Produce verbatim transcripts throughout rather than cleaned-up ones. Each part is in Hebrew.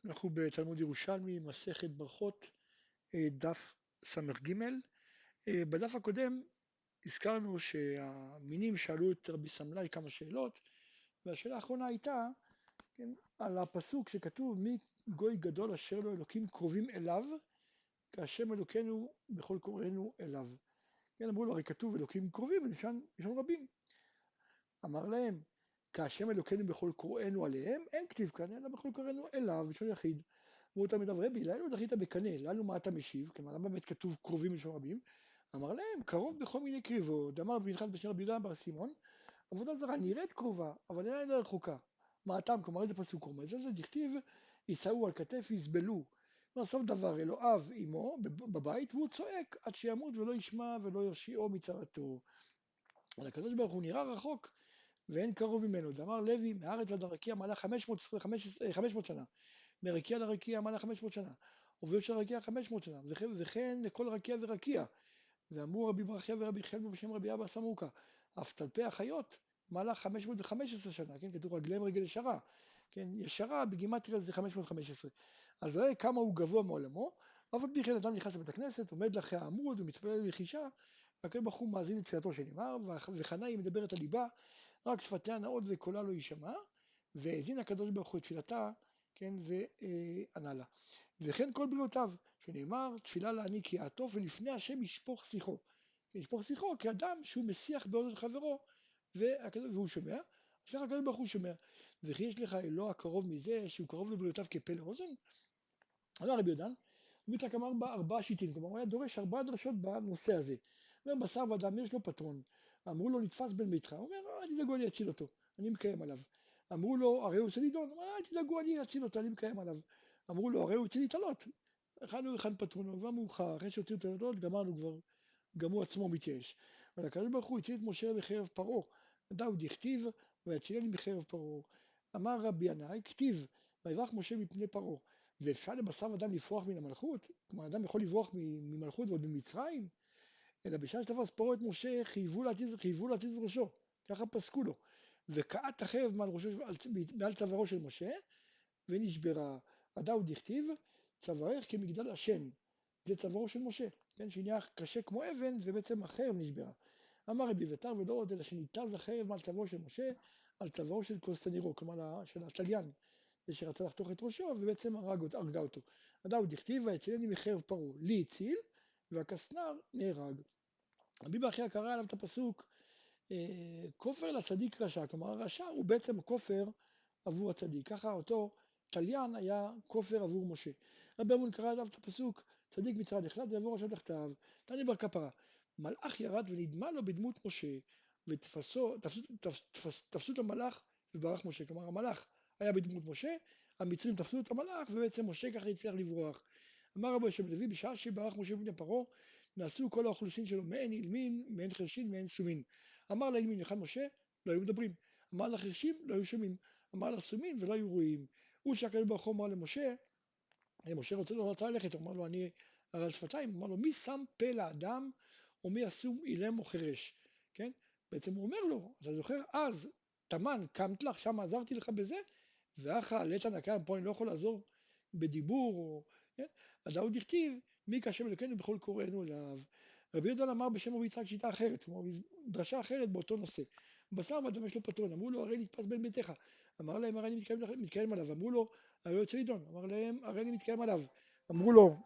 אנחנו בתלמוד ירושלמי, מסכת ברכות, אה, דף ס"ג. אה, בדף הקודם הזכרנו שהמינים שאלו את רבי סמלאי כמה שאלות, והשאלה האחרונה הייתה, כן, על הפסוק שכתוב מי גוי גדול אשר לו אלוקים קרובים אליו, כהשם אלוקינו בכל קוראינו אליו. כן, אמרו לו, הרי כתוב אלוקים קרובים, אז יש שם רבים. אמר להם, כהשם אלוקינו בכל קוראינו עליהם, אין כתיב כאן, אלא בכל קוראינו אליו, בשביל יחיד. אמרו תלמיד רבי, לנו דחית בקנה, לנו מה אתה משיב? כלומר, למה באמת כתוב קרובים לשון רבים? אמר להם, קרוב בכל מיני קריבות. דאמר רבי פנחס בשם רבי יהודה בר סימון, עבודה זרה נראית קרובה, אבל אינה רחוקה. מה הטעם? כלומר, איזה פסוק אומר? זה זה דכתיב, יישאו על כתף, יסבלו. כלומר, סוף דבר אלוהיו עמו בבית, והוא צועק עד שימות ולא ישמע ולא יושיעו מצרתו. אבל הקדוש ברוך הוא נראה רחוק ואין קרוב ממנו. דאמר לוי, מהארץ ועד הרקיע מעלה חמש מאות שנה, מרקיע לרקיע מעלה חמש מאות שנה, וביום של רקיע חמש מאות שנה, וכן, וכן לכל רקיע ורקיע. ואמרו רבי ברכיה ורבי חלבי בשם רבי אבא סמוקה, אף תלפי החיות מעלה חמש מאות וחמש עשרה שנה, כן, כתוב רגליהם רגל ישרה, כן, ישרה בגימטריה זה חמש מאות וחמש עשרה. אז ראה כמה הוא גבוה מעולמו, ואף על פי כן אדם נכנס לבית הכנסת, עומד לאחרי העמוד ומתפלל לחישה, והקדוש ברוך הוא מאזין לתפילתו שנאמר, וחנה היא מדברת על ליבה, רק שפתיה נאות וקולה לא יישמע, והאזין הקדוש ברוך הוא את תפילתה, כן, וענה לה. וכן כל בריאותיו, שנאמר, תפילה לעני כי יעטוף, ולפני השם ישפוך שיחו. ישפוך שיחו כאדם שהוא משיח באוזן חברו, והוא שומע, אז איך הקדוש ברוך הוא שומע. וכי יש לך אלוה קרוב מזה, שהוא קרוב לבריאותיו כפה לאוזן? אמר רבי יהודה, מיתרק אמר בה ארבעה שיטין, כלומר הוא היה דורש ארבעה דרשות בנושא הזה. הוא אומר, בשר ודם יש לו פטרון. אמרו לו, נתפס בן ביתך. הוא אומר, אל תדאגו, אני אציל אותו, אני מקיים עליו. אמרו לו, הרי הוא רוצה לידון. הוא אומר, אל תדאגו, אני אציל אותו, אני מקיים עליו. אמרו לו, הרי הוא רוצה להתעלות. הכנו אחד פטרונו, כבר מאוחר, אחרי שהוציאו את הילדות, גמרנו כבר, גם הוא עצמו מתייאש. אבל הקדוש ברוך הוא הציל את משה בחרב פרעה. דאוד הכתיב, ויצילני מחרב פרעה. אמר רבי ינאי, כתיב, ויברח משה מפני פרעה. ואפשר לבשר אדם לפרוח מן המלכות? כלומר, אדם יכול לברוח ממלכות ועוד ממצרים? אלא בשעה שתפס פרעה את משה, חייבו להתיז, חייבו להתיז ראשו, ככה פסקו לו. וכעת החרב מעל, ראשו, מעל צווארו של משה, ונשברה. הדאוד הכתיב, צווארך כמגדל עשן. זה צווארו של משה, כן, שנהיה קשה כמו אבן, ובעצם החרב נשברה. אמר רבי אביתר ולא עוד, אלא שניתז החרב מעל צווארו של משה, על צווארו של קונסטנטינו, כלומר של התליין. זה שרצה לחתוך את ראשו ובעצם הרג, הרגה אותו. הדאוד הכתיב, ויצילני מחרב פרעה, לי הציל, והקסנר נהרג. רבי ברכיה קרא עליו את הפסוק, כופר לצדיק רשע, כלומר הרשע הוא בעצם כופר עבור הצדיק, ככה אותו תליין היה כופר עבור משה. רבי אמון קרא עליו את הפסוק, צדיק מצרה נחלט ויעבור רשע תחתיו, תני בר כפרה. מלאך ירד ונדמה לו בדמות משה, ותפסו, תפסו, תפס, תפסו את המלאך וברח משה, כלומר המלאך היה בדמות משה, המצרים תפסו את המלאך ובעצם משה ככה הצליח לברוח. אמר רבי יושב לוי, בשעה שברח משה מפני פרעה, נעשו כל האוכלוסין שלו מעין אילמין, מעין חרשין, מעין סומין. אמר לאילמין אחד משה, לא היו מדברים. אמר לחרשים, לא היו שומעים. אמר לסומין ולא היו רואים. הוא שהקדוש ברוך הוא אמר למשה, משה רוצה לא רצה ללכת, הוא אמר לו אני הרעל שפתיים, אמר לו מי שם פה לאדם או מי אסום אילם או חרש, כן? בעצם הוא אומר לו, אתה זוכר אז, תמן, קמת לך, שם עזרתי לך בזה, ואחר לית נקם, פה אני לא יכול לעזור בדיבור, או, כן? הדאוד הכתיב, מי כהשם אלוקינו בכל קוראינו אליו. רבי יהודה אמר בשם רבי יצחק שיטה אחרת, כלומר דרשה אחרת באותו נושא. בשר ואדם יש לו פטרון, אמרו לו הרי נתפס בן ביתך, אמר להם הרי אני מתקיים, מתקיים עליו, אמרו לו הרי יוצא לידון, אמר להם הרי אני מתקיים עליו, אמרו לו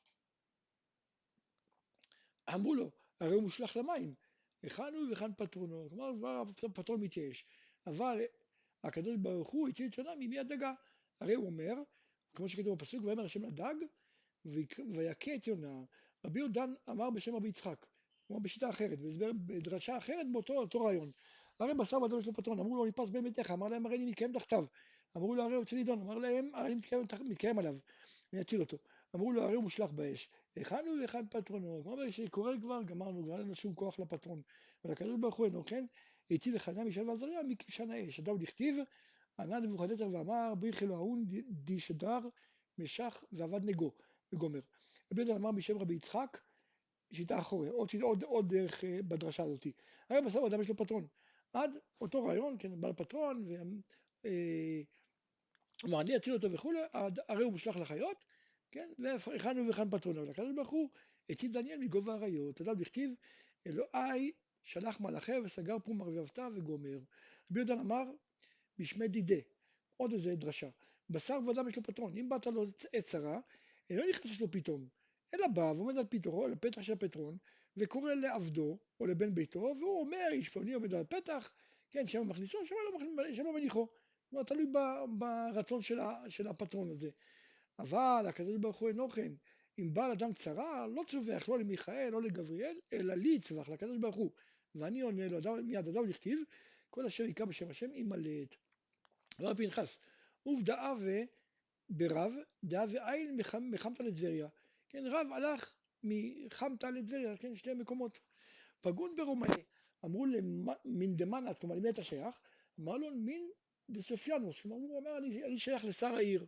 אמרו לו הרי הוא מושלך למים, היכן הוא והיכן פטרונו, כלומר כבר הפטרון מתייאש, אבל הקדוש ברוך הוא הציל את שונה ממי הדגה, הרי הוא אומר, כמו שכתוב בפסוק, ויאמר השם לדג ויכה את יונה. רבי יהודה אמר בשם רבי יצחק, כלומר בשיטה אחרת, בדרשה אחרת באותו אותו רעיון. הרי בשר ואדם יש לו פטרון, אמרו לו נתפס בן ביתך, אמר להם הרי אני מתקיים תחתיו, אמרו לו הרי הוא יוצא לידון, אמר להם הרי אני מתקיים, מתקיים עליו, אני אציל אותו, אמרו לו הרי הוא מושלך באש, היכן הוא והיכן פטרונו, כלומר שקורה כבר, גמרנו, כבר אין לנו שום כוח לפטרון, אבל הקדוש ברוך הוא אינו כן, הציל את חנניה מישאל ועזריה מכבשן האש. הדאוד הכתיב, ענה נבוכדנצר ואמר בריך אלוהון די שדר משך ועבד נגו וגומר. רבי יהודה אמר בשם רבי יצחק, שיטה אחרת, עוד, עוד, עוד דרך בדרשה הזאת. הרי בסוף אדם יש לו פטרון. עד אותו רעיון, כן, בעל פטרון, כלומר, אני אציל אותו וכולי, הרי הוא מושלך לחיות, כן, והיכן וכאן פטרונה, אבל הקדוש ברוך הוא הציל דניאל מגובה האריות, אדם דכתיב, אלוהי שלח מלאכי וסגר פום ארבבתא וגומר. רבי יהודה אמר, בשמי דידה, עוד איזה דרשה, בשר ודם יש לו פטרון, אם באת לו עת צרה, לא נכנס לו פתאום, אלא בא ועומד על פתחו, על הפתח של הפטרון, וקורא לעבדו, או לבן ביתו, והוא אומר, איש פלוני עומד על הפתח, כן, שם מכניסו, שם לא מניחו, כלומר, תלוי ברצון של, של הפטרון הזה. אבל הקדוש ברוך הוא אינו כן, אם בעל אדם צרה, לא צווח לא למיכאל, לא לגבריאל, אלא לי יצווח, לקדוש ברוך הוא. ואני עונה לו, אדם, מיד אדם דכתיב, כל אשר יקרא בשם השם ימלט. אמר פנחס, ובדאה ברב, דאה ועיל מחמתא לטבריה. כן, רב הלך מחמתא לטבריה, כן, שתי מקומות. פגון ברומאי, אמרו למין דמנת, כלומר למי אתה שייך? אמר לו מין דסופיאנוס, כלומר הוא אמר אני, אני שייך לשר העיר.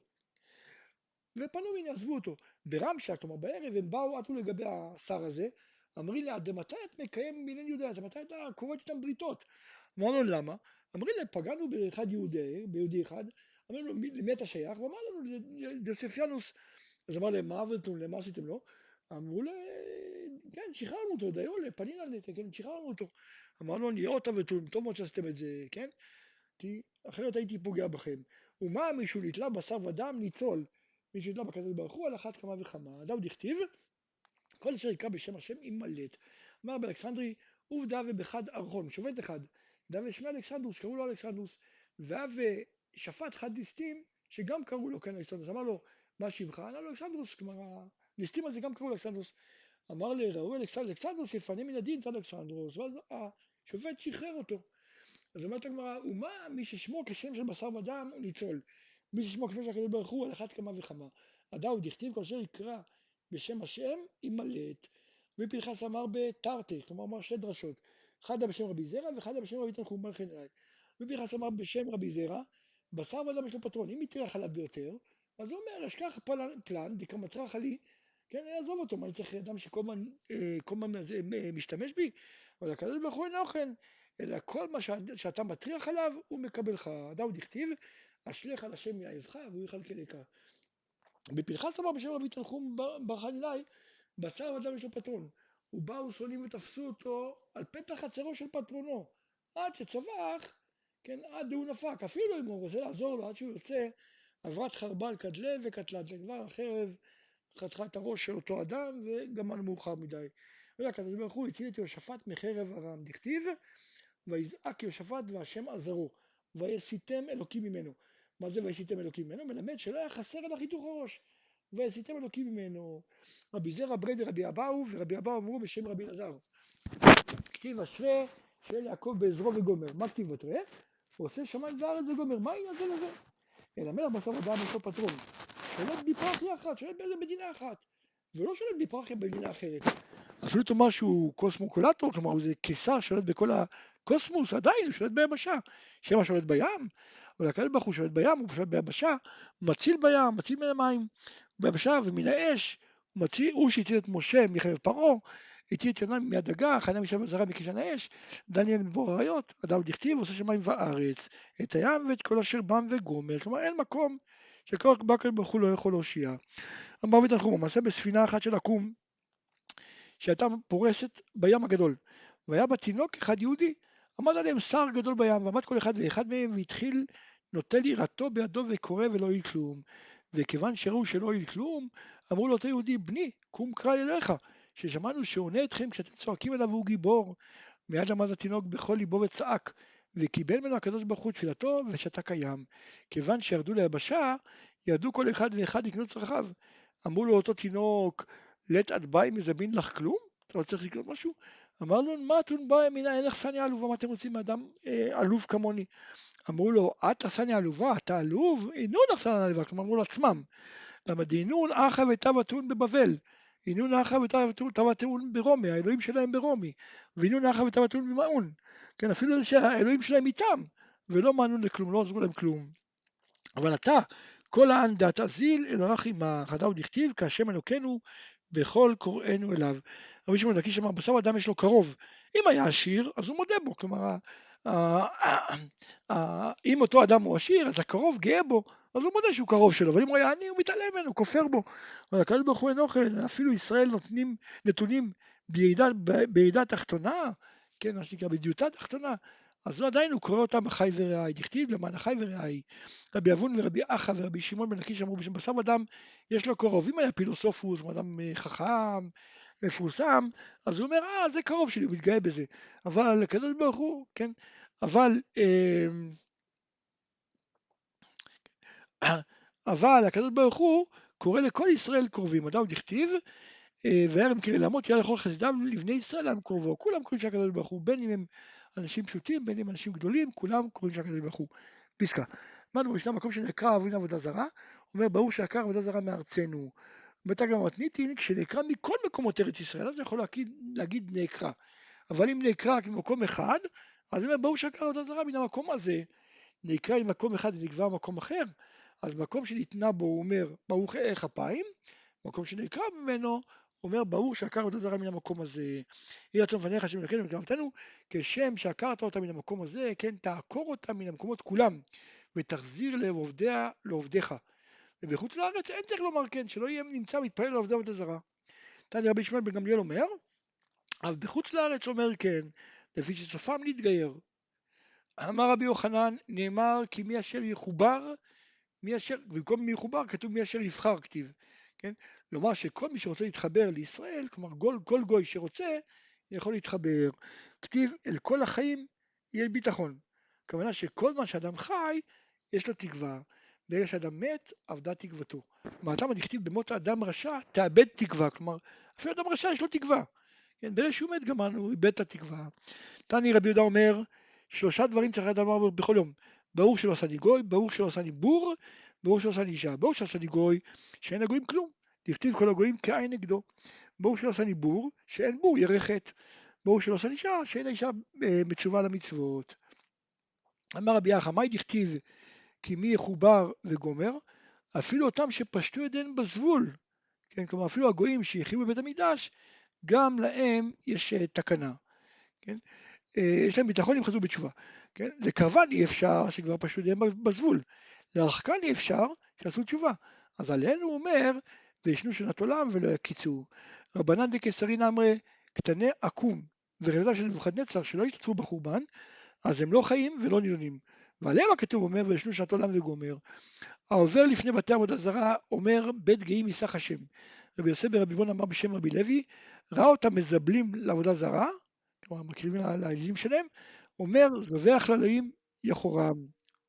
ופנו מיני, עזבו אותו. ברמשה, כלומר בערב, הם באו עטו לגבי השר הזה, אמרי לה, דמתי את מקיים מיני יהודיה, דמתי אתה קוראת איתם בריתות? אמרנו למה? אמרי לה, פגענו באחד יהודי, ביהודי אחד, אמרנו לו, למי אתה שייך? ואמר לנו, דסופיאנוס. אז אמר להם, מה עבדתם, למה עשיתם לו? אמרו לה, כן, שחררנו אותו, דיו, לפנין על נתק, כן, שחררנו אותו. אמרנו, נראות עבדתם, טוב מאוד שעשיתם את זה, כן? כי אחרת הייתי פוגע בכם. ומה מישהו נתלה בשר ודם ניצול, מישהו נתלה בקדוש ברוך הוא על אחת כמה וכמה. דוד הכתיב, כל אשר יקרא בשם השם ימלט. אמר באלכסנדרי, עובדה ובחד ארכון, שופט אחד, דוד ושמי אלכסנדרוס, קראו לו אלכסנדרוס, ואב שפט חד ליסטים, שגם קראו לו כן אלכסנדרוס, אמר לו, מה שמך? אמר לו אלכסנדרוס, כלומר, הליסטים הזה גם קראו לו אלכסנדרוס. אמר לראו אלכסנדרוס, יפנה מן הדין את אלכסנדרוס, ואז השופט שחרר אותו. אז אומרת הגמרא, ומה מי ששמו כשם של בשר ודם הוא ניצול, מי ששמו כשם של הקדוש ברוך הוא על אחת כמה וכמה. הדאוד דכתיב כאשר יקרא בשם השם ימלט. ופנחס אמר בתרתי, כלומר אמר שתי דרשות, אחד בשם רבי זרע ואחד בשם רבי תנחום בר חנאי. ופנחס אמר בשם רבי זרע, בשר ודם יש לו פטרון, אם יטרח עליו ביותר, אז הוא אומר, אשכח פלן, דקה מצרח עלי, כן, יעזוב אותו, מה אני צריך אדם שכל הזמן משתמש בי? אבל הקדוש ברוך הוא אינו כן, אלא כל מה שאתה מטריח עליו, הוא מקבלך. דאוד דכתיב, אשליך על השם יאהבך, והוא יכלכלך. בפנחס אמר בשם רבי תנחום בר חנאי, בשר ודם יש לו פטרון. ובאו שונאים ותפסו אותו על פתח חצרו של פטרונו, עד שצבח, כן, עד הוא נפק. אפילו אם הוא רוצה לעזור לו, עד שהוא יוצא, עברת חרבל קדלה וקטלת, וכבר החרב חתכה את הראש של אותו אדם, וגם על מאוחר מדי. והקדוש ברוך הוא הציל את יהושפט מחרב ארם. דכתיב, ויזעק יהושפט והשם עזרו, ויסיתם אלוקים ממנו. מה זה ויסיתם אלוקים ממנו? מלמד שלא היה חסר אלא חיתוך הראש. ויסיתם אלוקים ממנו. רבי זרע ברי דרבי אבאו, ורבי אבאו אמרו בשם רבי אלעזר. כתיב אשרי של יעקב בעזרו וגומר. מה כתיב בתראה? הוא עושה שמיים וארץ וגומר. מה העניין זה לזה? אלא מלך בשר ודם יש לו פטרון. שולט בפרחיה אחת, שולט באיזה מדינה אחת. ולא שולט בפרחיה במדינה אחרת. אפילו תאמר שהוא קוסמוקולטור, כלומר הוא זה קיסר שולט בכל הקוסמוס, עדיין הוא שולט ביבשה. שמה שולט בים, אבל הקדוש ברוך הוא שולט בים, הוא שולט ביבשה, הוא מציל בים, מציל מן המים, ביבשה ומן האש, הוא, מציל, הוא שהציל את משה מחרב פרעה, הציל את יונה מהדגה, חנה משם זרה מכישן האש, דניאל מבור האריות, אדם דכתיב, עושה שמיים וארץ, את הים ואת כל אשר בם וגומר, כלומר אין מקום שכל הקדוש ברוך הוא לא יכול להושיע. אמר בתנחום, מעשה בספינה אחת של עקום, שהייתה פורסת בים הגדול, והיה בתינוק אחד יהודי, עמד עליהם שר גדול בים, ועמד כל אחד ואחד מהם, והתחיל נוטל יראתו בידו וקורא ולא יהיה כלום. וכיוון שראו שלא יהיה כלום, אמרו לו אותו יהודי, בני, קום קרא אליך, ששמענו שעונה אתכם כשאתם צועקים אליו והוא גיבור. מיד עמד התינוק בכל ליבו וצעק, וקיבל ממנו הקדוש ברוך הוא תפילתו ושתק הים. כיוון שירדו ליבשה, ירדו כל אחד ואחד לקנות צרכיו. אמרו לו אותו תינוק, לית עד באי מזמין לך כלום? אתה לא צריך לקנות משהו? אמר לו, מה אתון באי מינה, אין לך סניה עלובה, מה אתם רוצים מאדם אה, עלוב כמוני? אמרו לו, את סניה עלובה, אתה עלוב? אינון לך סניה עלובה, כלומר אמרו לעצמם. למה דינון אחא ותו אתון בבבל, אינון אחא ותו אתון ברומי, האלוהים שלהם ברומי, ואינון אחא ותו אתון במעון. כן, אפילו שהאלוהים שלהם איתם, ולא מענון לכלום, לא עזרו להם כלום. אבל אתה, כל הען דעת אזיל, אלוהיך עמך, דאוד דכתיב, כהשם אלוקינו, בכל קוראינו אליו. רבי שמעון לקיש אמר, בשר אדם יש לו קרוב. אם היה עשיר, אז הוא מודה בו. כלומר, אם אותו אדם הוא עשיר, אז הקרוב גאה בו, אז הוא מודה שהוא קרוב שלו, אבל אם הוא היה עני, הוא מתעלם ממנו, הוא כופר בו. אבל הקדוש ברוך הוא אינו כן, אפילו ישראל נותנים נתונים בירידה, בירידה תחתונה, כן, מה שנקרא, בדיוטה תחתונה, אז לא עדיין הוא קורא אותם אחי ורעי, דכתיב למען אחי ורעי. רבי אבון ורבי אחא ורבי שמעון בן לקיש אמרו, בשם בשר אדם יש לו קרוב. אם היה פילוסופוס, אדם חכם, מפורסם, אז הוא אומר, אה, זה קרוב שלי, הוא מתגאה בזה. אבל הקדוש ברוך הוא, כן, אבל, אבל הקדוש ברוך הוא קורא לכל ישראל קרובים. אדם דכתיב, וירם קרא לעמות, יראה לכל חסדיו לבני ישראל לעם קרובו. כולם קוראים של הקדוש ברוך הוא, בין אם הם אנשים פשוטים, בין אם הם אנשים גדולים, כולם קוראים של הקדוש ברוך הוא. פסקה. אמרנו, ישנה מקום שנקרא אבוין עבודה זרה, אומר, ברור שעקר עבודה זרה מארצנו. בתרגם מתניתין, כשנקרא מכל מקומות ארץ ישראל, אז הוא יכול להגיד, להגיד נקרא. אבל אם נקרא רק ממקום אחד, אז הוא אומר, ברור שעקר עבודה זרה מן המקום הזה. נקרא עם מקום אחד ונקבע מקום אחר, אז מקום שניתנה בו הוא אומר ברוך כפיים, מקום שנקרא ממנו אומר ברור שעקר עבודה זרה מן המקום הזה. יהי רצון לפניך השם אלוקינו וקרבתנו, כשם שעקרת אותה מן המקום הזה, כן, תעקור אותה מן המקומות כולם, ותחזיר לעובדיה לעובדיך. ובחוץ לארץ אין צריך לומר כן, שלא יהיה נמצא מתפלל לעובדי עבודה זרה. תניא רבי שמעון בן גמליאל אומר, אבל בחוץ לארץ אומר כן, לפי שסופם להתגייר. אמר רבי יוחנן, נאמר כי מי אשר יחובר, מי אשר, במקום מי יחובר כתוב מי אשר יבחר כתיב, כן? לומר שכל מי שרוצה להתחבר לישראל, כלומר כל, כל גוי שרוצה, יכול להתחבר. כתיב אל כל החיים יהיה ביטחון. כוונה שכל מה שאדם חי, יש לו תקווה. ברגע שאדם מת, אבדה תקוותו. מהטעם דכתיב במות האדם רשע, תאבד תקווה. כלומר, אפילו אדם רשע יש לו תקווה. כן? ברגע שהוא מת גמרנו, הוא איבד את התקווה. תני רבי יהודה אומר, שלושה דברים צריך אדם לומר בכל יום. ברור שלא עשני גוי, ברור שלא עשני בור, ברור שלא עשני אישה. ברור שעשני גוי, שאין הגויים כלום. דכתיב כל הגויים כעין נגדו. ברור שלא עשני בור, שאין בור ירא חטא. ברור שלא עשני אישה, שאין האישה מצווה למצוות. אמר רבי אחא, מאי דכתיב כי מי יחובר וגומר? אפילו אותם שפשטו ידיהם בזבול. כן, כלומר אפילו הגויים שיחיו בבית המקדש, גם להם יש תקנה. כן? יש להם ביטחון אם חזרו בתשובה. כן? לקרבן אי אפשר שכבר פשוט יהיה בזבול. להרחקן אי אפשר שעשו תשובה. אז עלינו הוא אומר, וישנו שנת עולם ולא יקיצו. רבנן דקסרין אמרי, קטני עקום ורבותיו של נבוכדנצר שלא השתתפו בחורבן, אז הם לא חיים ולא נידונים. ועליהם הכתוב אומר, וישנו שנת עולם וגומר. העובר לפני בתי עבודה זרה אומר, בית גאים ישח השם. רבי יוסף ברבי בון אמר בשם רבי לוי, ראה אותם מזבלים לעבודה זרה, כלומר מקריבים לאלילים שלהם, אומר זובח לאלוהים יחורם.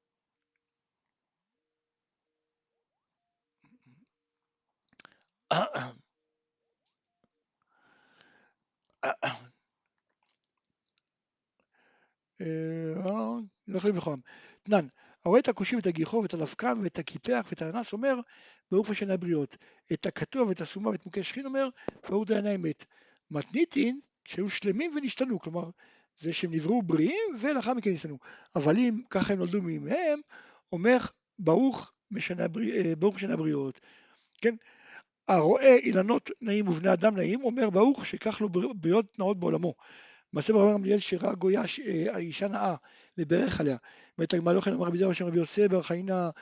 לא יכולים לכולם. תנן, הרואה את הכושי ואת הגיחו ואת הלבקן ואת הקיפח ואת האנס אומר ברוך ושנה הבריות. את הקטוע ואת הסומה ואת מוכי שכין אומר ברוך דיין האמת. מתניתין שהיו שלמים ונשתנו, כלומר זה שהם נבראו בריאים ולאחר מכן נשתנו. אבל אם ככה הם נולדו מימיהם, אומר ברוך משנה הבריות. כן? הרואה אילנות נעים ובני אדם נעים אומר ברוך שכך לו בריות נאות בעולמו. מעשה ברבן גמליאל שראה גויה האישה נאה וברך עליה. ותגמל אוכל אמר רבי זרע בשם רבי יוסף בר חינא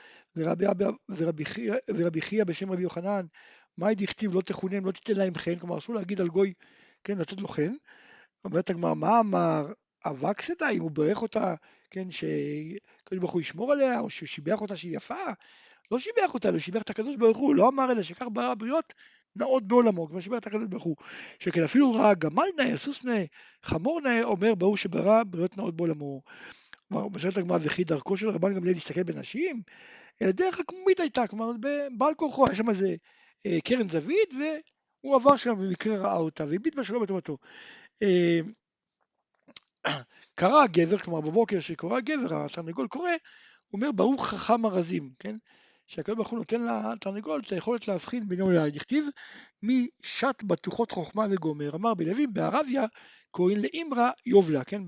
ורבי חייא בשם רבי יוחנן, מאי דכתיב לא תכונן לא תיתן להם חן, כלומר אסור להגיד על גוי כן לתת לו חן. אומרת הגמרא מה אמר אבק שתה אם הוא ברך אותה כן שקדוש ברוך הוא ישמור עליה או ששיבח אותה שהיא יפה, לא שיבח אותה, לא שיבח את הקדוש ברוך הוא, לא אמר אלא שכך ברא הבריות נאות בעולמו, כמו שיבח את הקדוש ברוך הוא, שכן אפילו ראה גמל נאה, סוס נאה, חמור נאה, אומר ברור שברא בריות נאות בעולמו. כלומר, בשאלת הגמרא וכי דרכו של רבן גמליאל להסתכל בנשים, אלא דרך הקומית הייתה, כלומר בעל כורחו, היה שם איזה אה, קרן זווית והוא עבר שם במקרה ראה אותה והביט בה שלא בטובתו. אה, קרא הגבר, כלומר בבוקר שקורא הגבר, התרנגול קורא, הוא אומר ברוך חכם הרזים, כן? שהקדוש ברוך הוא נותן לתרנגול את היכולת להבחין בינו ובין דכתיב מי שט בטוחות חוכמה וגומר. אמר רבי לוי בערביה קוראים לאמרה יובלה, כן?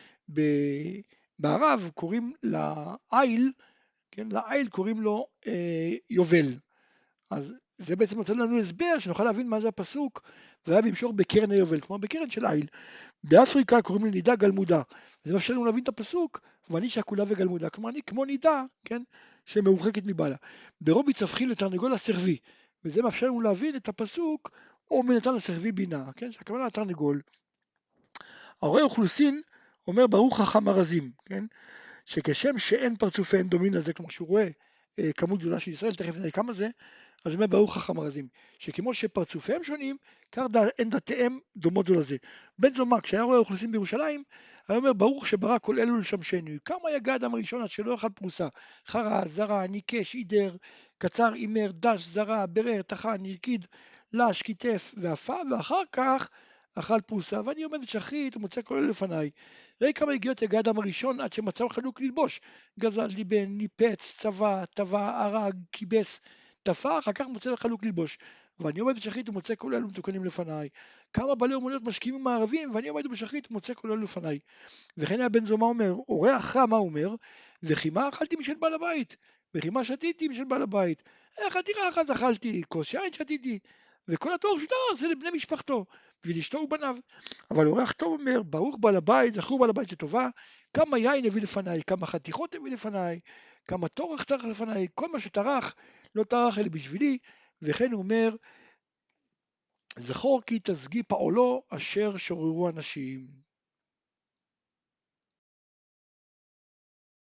בערב קוראים לעיל, כן? לעיל קוראים לו אה, יובל. אז זה בעצם נותן לנו הסבר שנוכל להבין מה זה הפסוק, והיה במשוך בקרן היובל, כלומר בקרן של איל. באפריקה קוראים לי נידה גלמודה, זה מאפשר לנו להבין את הפסוק, ואני שקולה וגלמודה, כלומר אני כמו נידה, כן, שמרוחקת מבעלה. ברומי צווחים לתרנגול הסרבי, וזה מאפשר לנו להבין את הפסוק, או מנתן הסרבי בינה, כן, שהכוונה לתרנגול. הרואה אוכלוסין אומר ברוך חכם ארזים, כן, שכשם שאין פרצופיהן דומין לזה, כלומר שהוא רואה אה, כמות גדולה של ישראל, תכף נראה כמה זה, אז הוא אומר ברוך חכם ארזים, שכמו שפרצופיהם שונים, כך אין דתיהם דומות זו לזה. בן זומא, כשהיה רואה אוכלוסין בירושלים, היה אומר ברוך שברא כל אלו לשמשנו, כמה יגע אדם הראשון עד שלא אכל פרוסה, חרא, זרע, ניקש, עידר, קצר, אימר, דש, זרע, ברר, טחן, נרקיד, לש, כיתף ועפה, ואחר כך אכל פרוסה, ואני עומד בשחרית ומוצא כל אלה לפניי. ראי כמה הגיעות יגע אדם הראשון עד שמצא חלוק ללבוש, גזל, ליבן, ניפץ, צבע, טבע, הרג, כיבס, תפר, אחר כך מוצא חלוק ללבוש. ואני עומד בשחרית ומוצא כל אלו מתוקנים לפניי. כמה בעלי אומנויות משקיעים מערבים, ואני עומד בשחרית ומוצא כל אלו לפניי. וכן היה בן זומא אומר, אורח רע מה אומר? וכי מה אכלתי משל בעל הבית? וכי מה שתיתי משל בעל הבית? איך חתיכה אחת אכלתי, כוס יין שתיתי, וכל התואר שותר זה לבני משפחתו, ולאשתו ובניו. אבל אורח טוב אומר, ברוך בעל הבית, זכרו בעל הבית לטובה, כמה יין הביא לפניי, כמה חתיכות הביא לפניי, כמה טורח טרח לפניי, כל מה שטרח לא טרח אלא בשבילי, וכן הוא אומר, זכור כי תשגיא פעולו אשר שוררו אנשים.